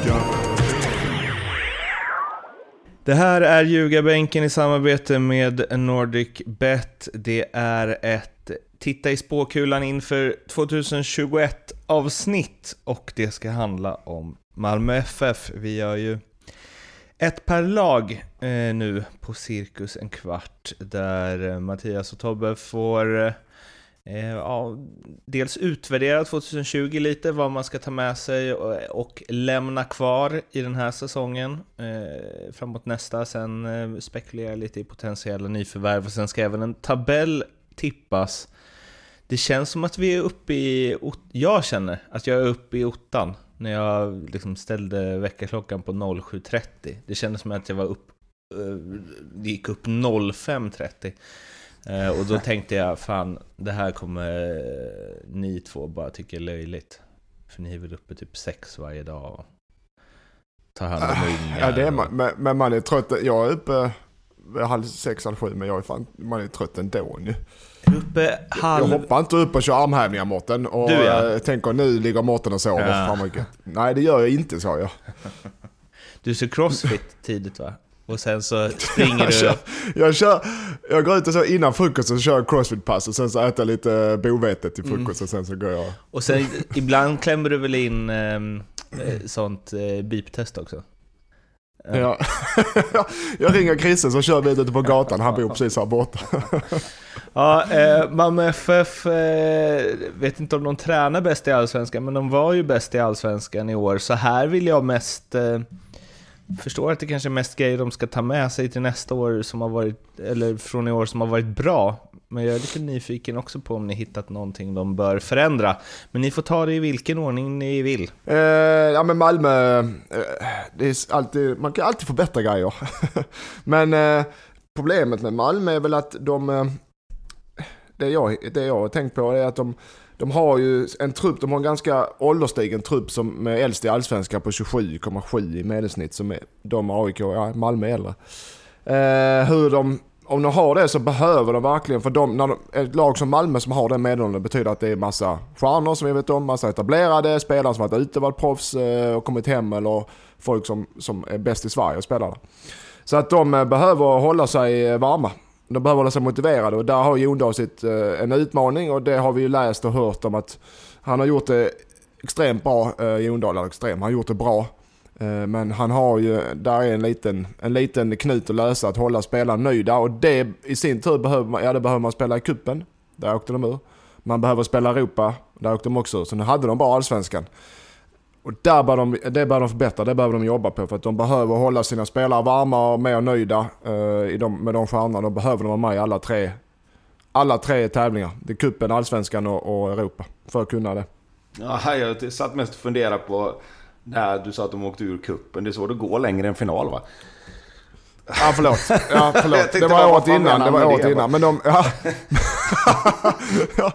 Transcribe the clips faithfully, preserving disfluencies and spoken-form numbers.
Det här är Ljugarbänken i samarbete med NordicBet. Det är ett titta i spåkulan inför tjugohundratjugoett avsnitt och det ska handla om Malmö F F. Vi gör ju ett per lag eh, nu på cirkus en kvart där eh, Mattias och Tobbe får eh, ja, dels utvärdera tjugohundratjugo lite, vad man ska ta med sig och, och lämna kvar i den här säsongen eh, framåt nästa. Sen eh, spekulera lite i potentiella nyförvärv och sen ska även en tabell tippas. Det känns som att vi är uppe i, jag känner att jag är uppe i ottan när jag liksom ställde veckaklockan på sju trettio. Det kändes som att jag var upp, det gick upp fem trettio. Och då tänkte jag, fan, det här kommer ni två bara tycka är löjligt. För ni är väl uppe typ sex varje dag och tar hand om unga. Ja, det är man, men, men man är trött. Jag är uppe halv sex, halv sju, men jag är fan, man är trött ändå nu. Uppe halv... Jag hoppar inte upp och kör armhävningar, Mårten. Och du, ja. äh, tänker nu ligger Mårten och sover. Ja. Fan mycket. Nej, det gör jag inte, sa jag. Du ser crossfit tidigt, va? Och sen så springer jag du... Kör, jag, kör, jag går ut och så innan frukost och kör crossfit-pass. Och sen så äter jag lite bovete till frukost. Mm. Och sen så går jag... Och sen ibland klämmer du väl in eh, sånt eh, beep-test också? Ja. Jag ringer Christen så kör vi ute på gatan. Han bor precis här borta. Ja, eh, Malmö F F eh, vet inte om de tränar bäst i Allsvenskan, men de var ju bäst i Allsvenskan i år. Så här vill jag mest eh, förstår att det kanske är mest grejer de ska ta med sig till nästa år som har varit, eller från i år som har varit bra. Men jag är lite nyfiken också på om ni hittat någonting de bör förändra. Men ni får ta det i vilken ordning ni vill. Eh, ja, men Malmö, eh, det är alltid, man kan alltid förbättra grejer. Men eh, problemet med Malmö är väl att de, eh, det, jag, det jag har tänkt på är att de, de har ju en trupp, de har en ganska ålderstigen trupp som är äldst i Allsvenskan på tjugosju komma sju i medelsnitt, som är de A I K, ja, Malmö är äldre. Eh, hur de Om de har det så behöver de verkligen, för de, när de, ett lag som Malmö som har den meddelanden betyder att det är massa stjärnor som vi vet om, massa etablerade spelare som har varit ute, varit proffs och kommit hem, eller folk som, som är bäst i Sverige och spelar. Så att de behöver hålla sig varma. De behöver hålla sig motiverade, och där har Jon sitt en utmaning, och det har vi ju läst och hört om att han har gjort det extremt bra, Jon Dahl, extremt, han har gjort det bra. Men han har ju, där är en liten, en liten knut att lösa, att hålla spelarna nöjda, och det i sin tur behöver man, ja, det behöver man spela i kuppen, där åkte de ur. Man behöver spela Europa, där åkte de också ur. Så nu hade de bara Allsvenskan. Och där bör de, det bör de förbättra, det behöver de jobba på, för att de behöver hålla sina spelare varma och mer nöjda uh, i de, med de stjärnorna. De behöver de vara med i alla tre, alla tre tävlingar. Det är kuppen, Allsvenskan och, och Europa, för att kunna det. Ja, jag satt mest och funderade på när du sa att de åkte ur kuppen. Det är så det går längre än final, va? Ja, förlåt. Ja, förlåt. Det var året innan. Det var året innan. Men de... Ja. Ja.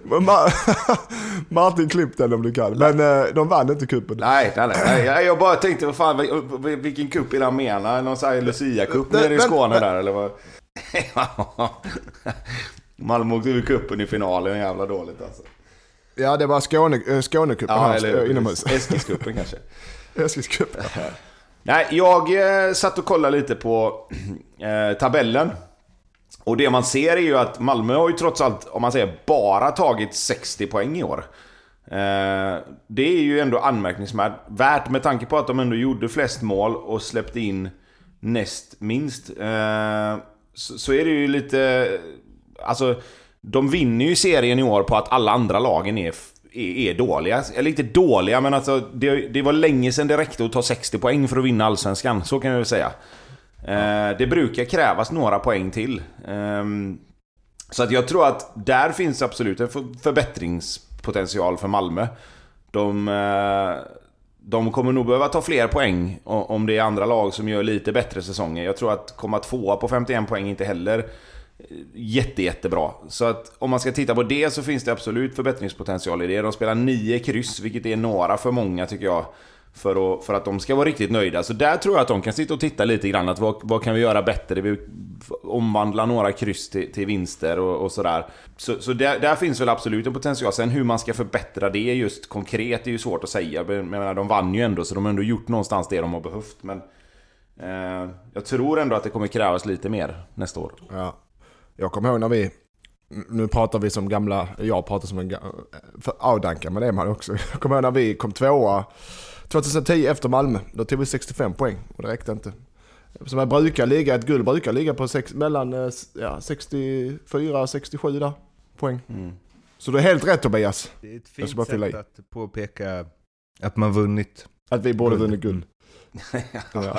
Martin klippte den om du kan. Men de vann inte kuppen. Nej, nej, nej. Jag bara tänkte, vad fan, vilken kupp är det han menar? Någon sån här Lucia-kupp nere i Skåne där, eller vad? Malmö åkte ur kuppen i finalen. Jävla dåligt, alltså. Ja, det var Skåne, Skånekuppen, ja, eller inomhus. Eskilskuppen kanske. Eskilskuppen. Nej, jag eh, satt och kollade lite på eh, tabellen. Och det man ser är ju att Malmö har ju trots allt, om man säger, bara tagit sextio poäng i år. Eh, det är ju ändå anmärkningsvärt med tanke på att de ändå gjorde flest mål och släppte in näst minst. Eh, så, så är det ju lite... Alltså... De vinner ju serien i år på att alla andra lagen är, är, är dåliga. Eller inte dåliga, men alltså, det, det var länge sedan det räckte att ta sextio poäng för att vinna Allsvenskan. Så kan jag väl säga. Eh, det brukar krävas några poäng till. Eh, så att jag tror att där finns absolut en för, förbättringspotential för Malmö. De, eh, de kommer nog behöva ta fler poäng om det är andra lag som gör lite bättre säsonger. Jag tror att komma tvåa på femtioen poäng inte heller jätte, jättebra. Så att om man ska titta på det så finns det absolut förbättringspotential i det. De spelar nio kryss, vilket är några för många tycker jag för att, för att de ska vara riktigt nöjda. Så där tror jag att de kan sitta och titta lite grann att vad, vad kan vi göra bättre? Vi omvandla några kryss till, till vinster och, och sådär. Så, så där, där finns väl absolut en potential. Sen hur man ska förbättra det just konkret är ju svårt att säga. Jag menar, de vann ju ändå, så de har ändå gjort någonstans det de har behövt. Men eh, jag tror ändå att det kommer krävas lite mer nästa år. Ja. Jag kommer ihåg när vi, nu pratar vi som gamla, jag pratar som en avdankare, men det är man också. Jag kommer ihåg när vi kom tvåa tjugohundratio efter Malmö, då tog vi sextiofem poäng och det räckte inte. Som jag brukar ligga, ett guld brukar ligga på sex, mellan ja, sextiofyra och sextiosju där, poäng. Mm. Så det är helt rätt, Tobias. Det är ett fint sätt att påpeka att man vunnit. Att vi borde vunnit guld. Ja.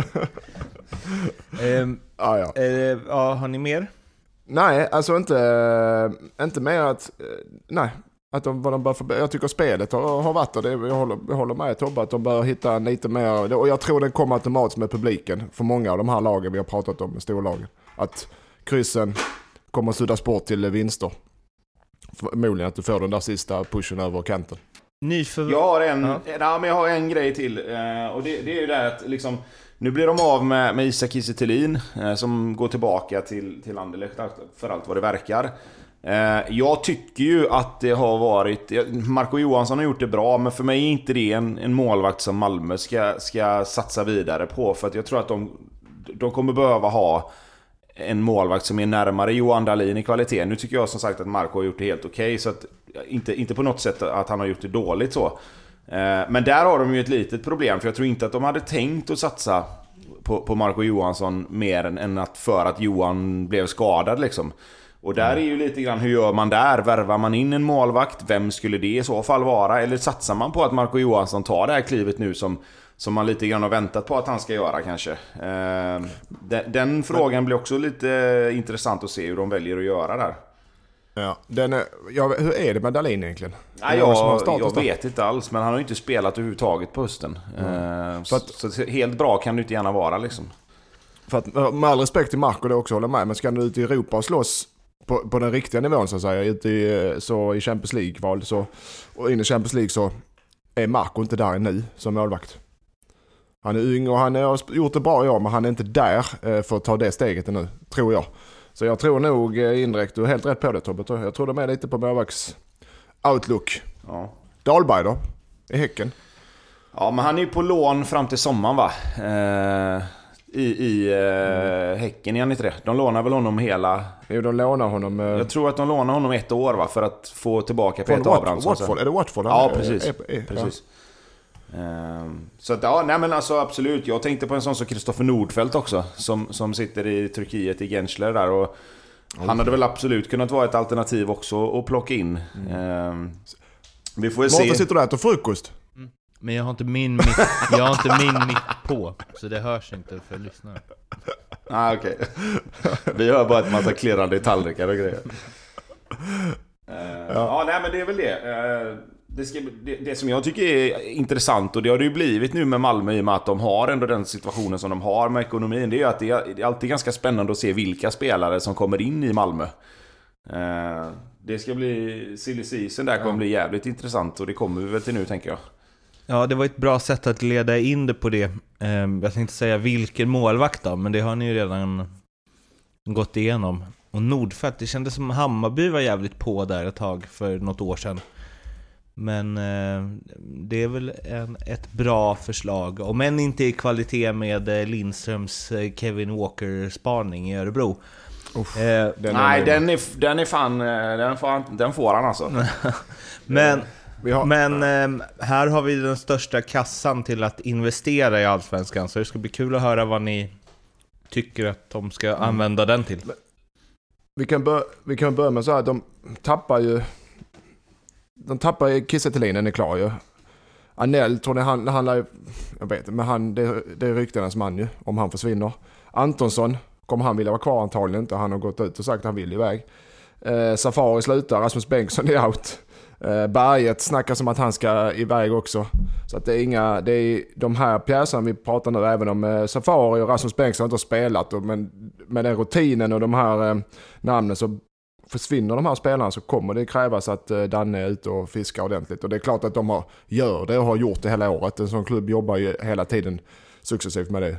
um, ah, ja. Uh, ja, har ni mer? Nej, alltså inte, inte mer att, nej, att de, vad de bör förbe- jag tycker spelet har, har varit det. Jag håller, jag håller med Tobbe att de bör hitta lite mer, och jag tror den kommer automatiskt med publiken för många av de här lagen vi har pratat om, storlagen. Att kryssen kommer att suddas bort till vinster. Förmodligen att du får den där sista pushen över kanten. Nyförv- jag har en, ja. Ja, men jag har en grej till, och det, det är ju det att liksom, nu blir de av med, med Isak Kiese Thelin eh, som går tillbaka till, till Anderlecht för allt vad det verkar. Eh, jag tycker ju att det har varit, Marco Johansson har gjort det bra, men för mig är inte det en, en målvakt som Malmö ska, ska satsa vidare på, för att jag tror att de, de kommer behöva ha en målvakt som är närmare Johan Dahlin i kvalitet. Nu tycker jag som sagt att Marco har gjort det helt okej, okay, så att inte, inte på något sätt att han har gjort det dåligt så. Men där har de ju ett litet problem, för jag tror inte att de hade tänkt att satsa på, på Marco Johansson mer än, än att för att Johan blev skadad liksom. Och där är ju lite grann, hur gör man där? Värvar man in en målvakt? Vem skulle det i så fall vara? Eller satsar man på att Marco Johansson tar det här klivet nu som, som man lite grann har väntat på att han ska göra kanske? Eh, den, den frågan blir också lite intressant att se hur de väljer att göra där. Ja, den är, ja, hur är det med Dahlin egentligen? Nej, jag, jag vet inte alls, men han har ju inte spelat överhuvudtaget på hösten. Mm. Så, att, så helt bra kan det inte gärna vara liksom. För att, med all respekt till Marco, det också håller med, men ska du ut i Europa och slåss på, på den riktiga nivån så att säga, ute i, så i Champions League-val så, och in i Champions League så är Marco inte där nu som målvakt. Han är ung och han har gjort det bra i år, men han är inte där för att ta det steget nu, tror jag. Så jag tror nog indirekt, du är helt rätt på det Tobbe. Jag tror de är lite på målvakts outlook. Ja. Dahlberg då, i Häcken. Ja, men han är ju på lån fram till sommaren va? Eh, I i eh, mm. Häcken är han inte det. De lånar väl honom hela... Jo, de lånar honom... Eh... Jag tror att de lånar honom ett år va? För att få tillbaka Peter Abrahamsson. Watford, är det Watford? Ja, precis. Är, är, är, precis. Ja. Så att, ja, nej men alltså absolut. Jag tänkte på en sån som Kristoffer Nordfeldt också, som, som sitter i Turkiet i Gençler där, och mm. han hade väl absolut kunnat vara ett alternativ också att plocka in. Mm. Vi får väl se. Mårten sitter där till frukost. Mm. Men jag har inte min mick, jag har inte min mick på, så det hörs inte för lyssnare. Ah, okej. Okay. Vi hör bara ett massa klirrande i tallrikar och grejer. Uh, ja. ja, nej men det är väl det. Uh, Det, ska, det, det som jag tycker är intressant, och det har det ju blivit nu med Malmö i och med att de har ändå den situationen som de har med ekonomin, det är ju att det är, det är alltid ganska spännande att se vilka spelare som kommer in i Malmö. Eh, det ska bli silly season där, kommer ja. bli jävligt intressant, och det kommer vi väl till nu tänker jag. Ja, det var ett bra sätt att leda in det på det. Eh, jag tänkte inte säga vilken målvakt då, men det har ni ju redan gått igenom. Och Nordfeldt, det kändes som Hammarby var jävligt på där ett tag för något år sedan. Men eh, det är väl en, ett bra förslag. Om än inte i kvalitet med eh, Lindströms eh, Kevin Walker-spaning i Örebro. Uff, eh, den nej, är den, är, den är fan... Den får, den får han alltså. men har, men eh, här har vi den största kassan till att investera i Allsvenskan. Så det ska bli kul att höra vad ni tycker att de ska mm. använda den till. Vi kan, bör, vi kan börja med så här att de tappar ju... De tappar Kiese Thelin, den är klar ju. Anel tror det han, handlar ju, jag vet inte, men han, det, det är ryktenas man ju, om han försvinner. Antonsson, kommer han vilja vara kvar antagligen inte, han har gått ut och sagt att han vill iväg. Eh, Safari slutar, Rasmus Bengtsson är out. Eh, Berget snackar som att han ska iväg också. Så att det är inga, det är de här pjäserna vi pratar nu, även om eh, Safari och Rasmus Bengtsson inte har spelat, och, men med den rutinen och de här eh, namnen så försvinner de här spelarna så kommer det krävas att Danne är ute och fiskar ordentligt. Och det är klart att de har, gör det och har gjort det hela året. En sån klubb jobbar ju hela tiden successivt med det.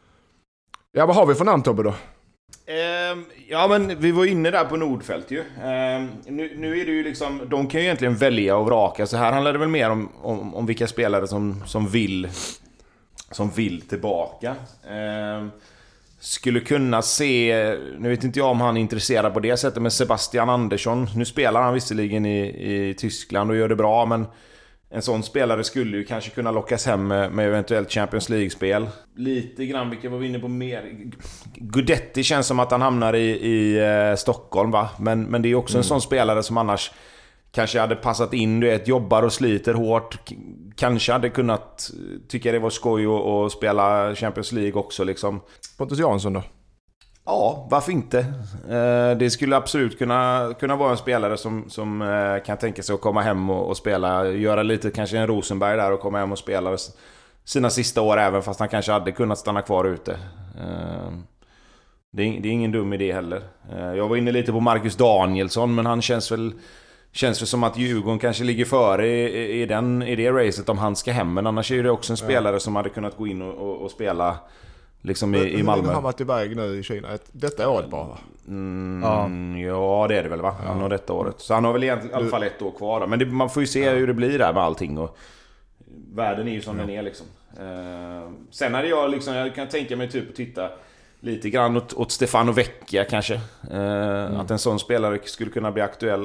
Ja, vad har vi för namn, Tobbe, då? Um, ja, men vi var inne där på Nordfält ju. Um, nu, nu är det ju liksom, de kan ju egentligen välja och vraka. Så här handlar det väl mer om, om, om vilka spelare som, som vill som vill tillbaka. Um, skulle kunna se, nu vet inte jag om han är intresserad på det sättet, men Sebastian Andersson, nu spelar han visserligen i, i Tyskland och gör det bra, men en sån spelare skulle ju kanske kunna lockas hem med, med eventuellt Champions League-spel. Lite grann, vilka var vi inne på mer? Gudetti känns som att han hamnar i, i eh, Stockholm, va? Men, men det är också mm. en sån spelare som annars kanske hade passat in, du vet, jobbar och sliter hårt. K- kanske hade kunnat tycka det var skoj att spela Champions League också liksom. Pontus Jansson då? Ja, varför inte? Eh, det skulle absolut kunna, kunna vara en spelare som, som eh, kan tänka sig att komma hem och, och spela, göra lite kanske en Rosenberg där och komma hem och spela sina sista år även fast han kanske hade kunnat stanna kvar ute. Eh, det, är, det är ingen dum idé heller. Eh, jag var inne lite på Marcus Danielsson, men han känns väl känns väl som att Djurgården kanske ligger före i, i, den, i det racet om han ska hem, men annars är det också en spelare ja. som hade kunnat gå in och, och, och spela liksom i, i Malmö. Han har varit iväg nu i Kina ett, detta året bara, va? Mm, ja. ja, det är det väl, va? Han har detta året. Så han har väl i alla fall ett år kvar då. Men det, man får ju se ja. hur det blir där med allting. Och världen är ju som ja. den är liksom. Uh, sen hade jag liksom, jag kan tänka mig typ att titta lite grann åt, åt Stefano Vecchia kanske. Uh, mm. Att en sån spelare skulle kunna bli aktuell.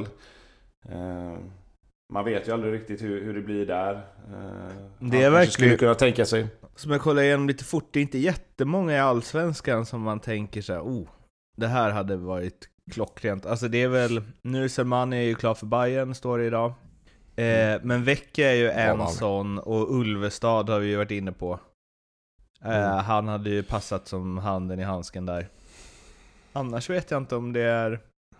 Uh, man vet ju aldrig riktigt hur, hur det blir där. Uh, det är verkligen skulle kunna tänka sig. Som jag kollar igenom lite fort, det är inte jättemånga i Allsvenskan som man tänker så här, oh, det här hade varit klockrent. Alltså det är väl, nu Selmani är ju klar för Bayern, står det idag. Eh, men Vecchia är ju en ja, sån, och Ulvestad har vi ju varit inne på. Eh, mm. Han hade ju passat som handen i handsken där. Annars vet jag inte om det är...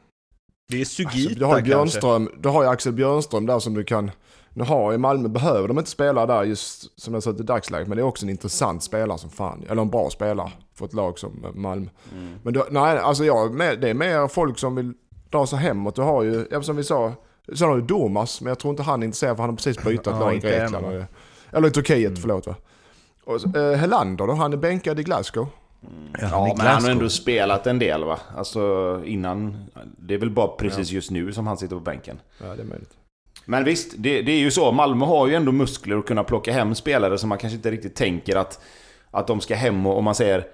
Det är Sugita alltså, du har Björnström, du har ju Axel Björnström där som du kan... Nu har i Malmö behöver de inte spela där just som jag sa till dagsläget, men det är också en intressant spelare som fan, eller en bra spelare för ett lag som Malmö. Mm. Men du, nej, alltså jag, det är mer folk som vill dra sig hemåt. Du har ju, som vi sa, så har du Domas, men jag tror inte han är intresserad för han har precis bytt ett lag i Grekland. Eller, eller i Turkiet, mm. förlåt va. Och eh, Helander då, han är bänkad i Glasgow. Mm. Ja, ja men han har ändå spelat en del, va? Alltså innan, det är väl bara precis ja. just nu som han sitter på bänken. Ja, det är möjligt. Men visst, det, det är ju så. Malmö har ju ändå muskler att kunna plocka hem spelare som man kanske inte riktigt tänker att, att de ska hem och, om man säger,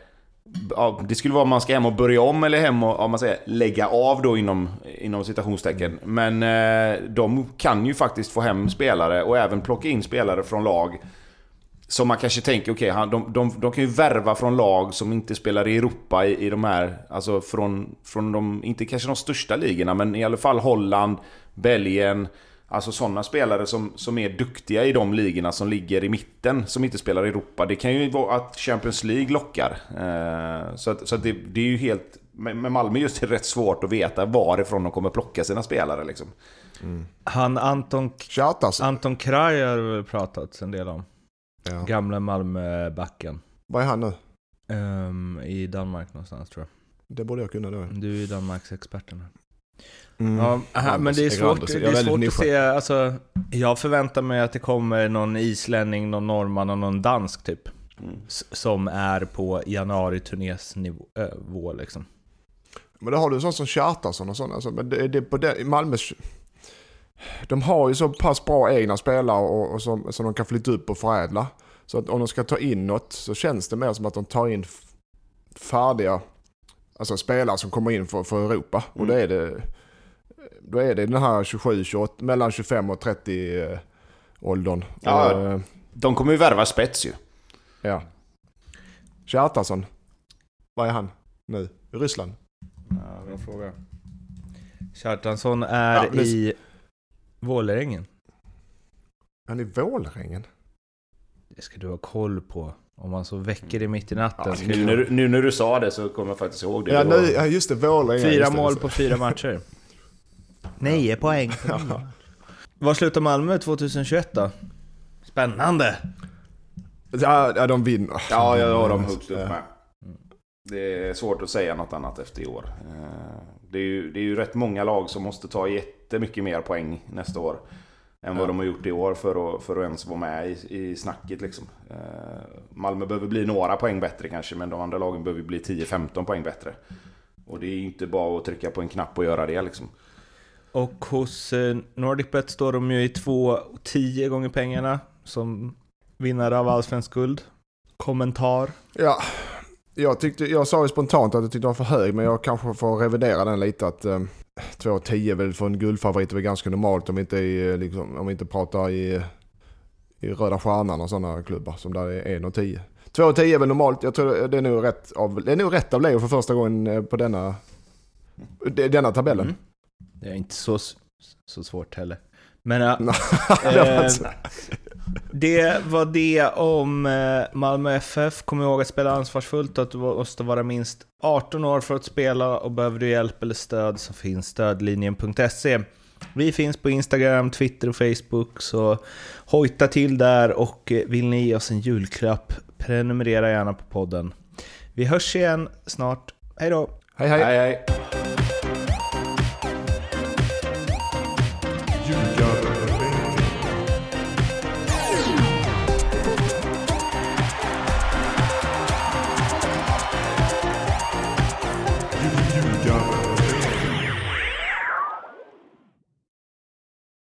ja, det skulle vara om man ska hem och börja om eller hem och, om man säger, lägga av då inom, inom citationstecken. Men eh, de kan ju faktiskt få hem spelare och även plocka in spelare från lag som man kanske tänker, okej, okay, de, de, de kan ju värva från lag som inte spelar i Europa i, i de här, alltså från, från de, inte kanske de största ligorna, men i alla fall Holland, Belgien. Alltså sådana spelare som, som är duktiga i de ligorna som ligger i mitten, som inte spelar i Europa. Det kan ju vara att Champions League lockar. Eh, så att, så att det, det är ju helt... Med Malmö just är det rätt svårt att veta varifrån de kommer plocka sina spelare. Liksom. Mm. Han Anton, Anton Kraj har väl pratat en del om. Ja. Gamla Malmöbacken. Vad är han nu? Um, I Danmark någonstans, tror jag. Det borde jag kunna då. Du är Danmarks experten här. Mm. Ja, aha, men det är svårt, det är svårt att se, alltså, jag förväntar mig att det kommer någon islänning, någon norrman och någon dansk typ mm. som är på januari-turnés nivå liksom. Men då har du en sån som Kjartason och sånt alltså, men det, det på det, Malmö, de har ju så pass bra egna spelare och, och som, som de kan flytta upp och förädla, så att om de ska ta in något så känns det mer som att de tar in färdiga, alltså spelare som kommer in för, för Europa mm. och då är det Då är det den här tjugosju tjugoåtta, mellan tjugofem och trettio eh, åldern. Ja, uh, de kommer ju värva spets ju. Ja. Kjartason. Vad är han nu? I Ryssland? Ja, bra fråga. Kjartason är ja, det... i Vålerengen. Han är i Vålerengen? Det ska du ha koll på. Om man så väcker det mitt i natten. Ja, nu, när, nu när du sa det så kommer jag faktiskt ihåg det. Ja, nu, ja just det, Vålerengen. Fyra det, mål på fyra matcher. Nio poäng. Ja. Var slutar Malmö tjugohundratjugoett då? Spännande. Ja, ja de vinner. Ja, ja, ja de högst upp med. Det är svårt att säga något annat efter i år. Det är ju, det är ju rätt många lag som måste ta jättemycket mer poäng nästa år än vad ja. de har gjort i år för att, för att ens vara med i, i snacket. Liksom. Malmö behöver bli några poäng bättre kanske, men de andra lagen behöver bli tio femton poäng bättre. Och det är ju inte bara att trycka på en knapp och göra det. Liksom. Och hos NordicBet står de ju i två tio gånger pengarna som vinnare av Allsvensk guld. Kommentar? Ja, jag, tyckte, jag sa ju spontant att jag tyckte det var för hög, men jag kanske får revidera den lite. Att eh, två tio väl för en guldfavorit är väl ganska normalt om vi inte, är, liksom, om vi inte pratar i, i Röda Stjärnan och sådana klubbar som där är en och tio. två tio är väl normalt. Jag tror det är nog rätt av, det är nog rätt av Leo för första gången på denna, denna tabellen. Mm. Det är inte så, så svårt heller. Men äh, äh, det var det om äh, Malmö F F. Kom ihåg att spela ansvarsfullt, att du måste vara minst arton år för att spela, och behöver du hjälp eller stöd så finns stödlinjen punkt se. Vi finns på Instagram, Twitter och Facebook, så hojta till där, och vill ni ge oss en julklapp, prenumerera gärna på podden. Vi hörs igen snart. Hej då! Hej hej! hej, hej.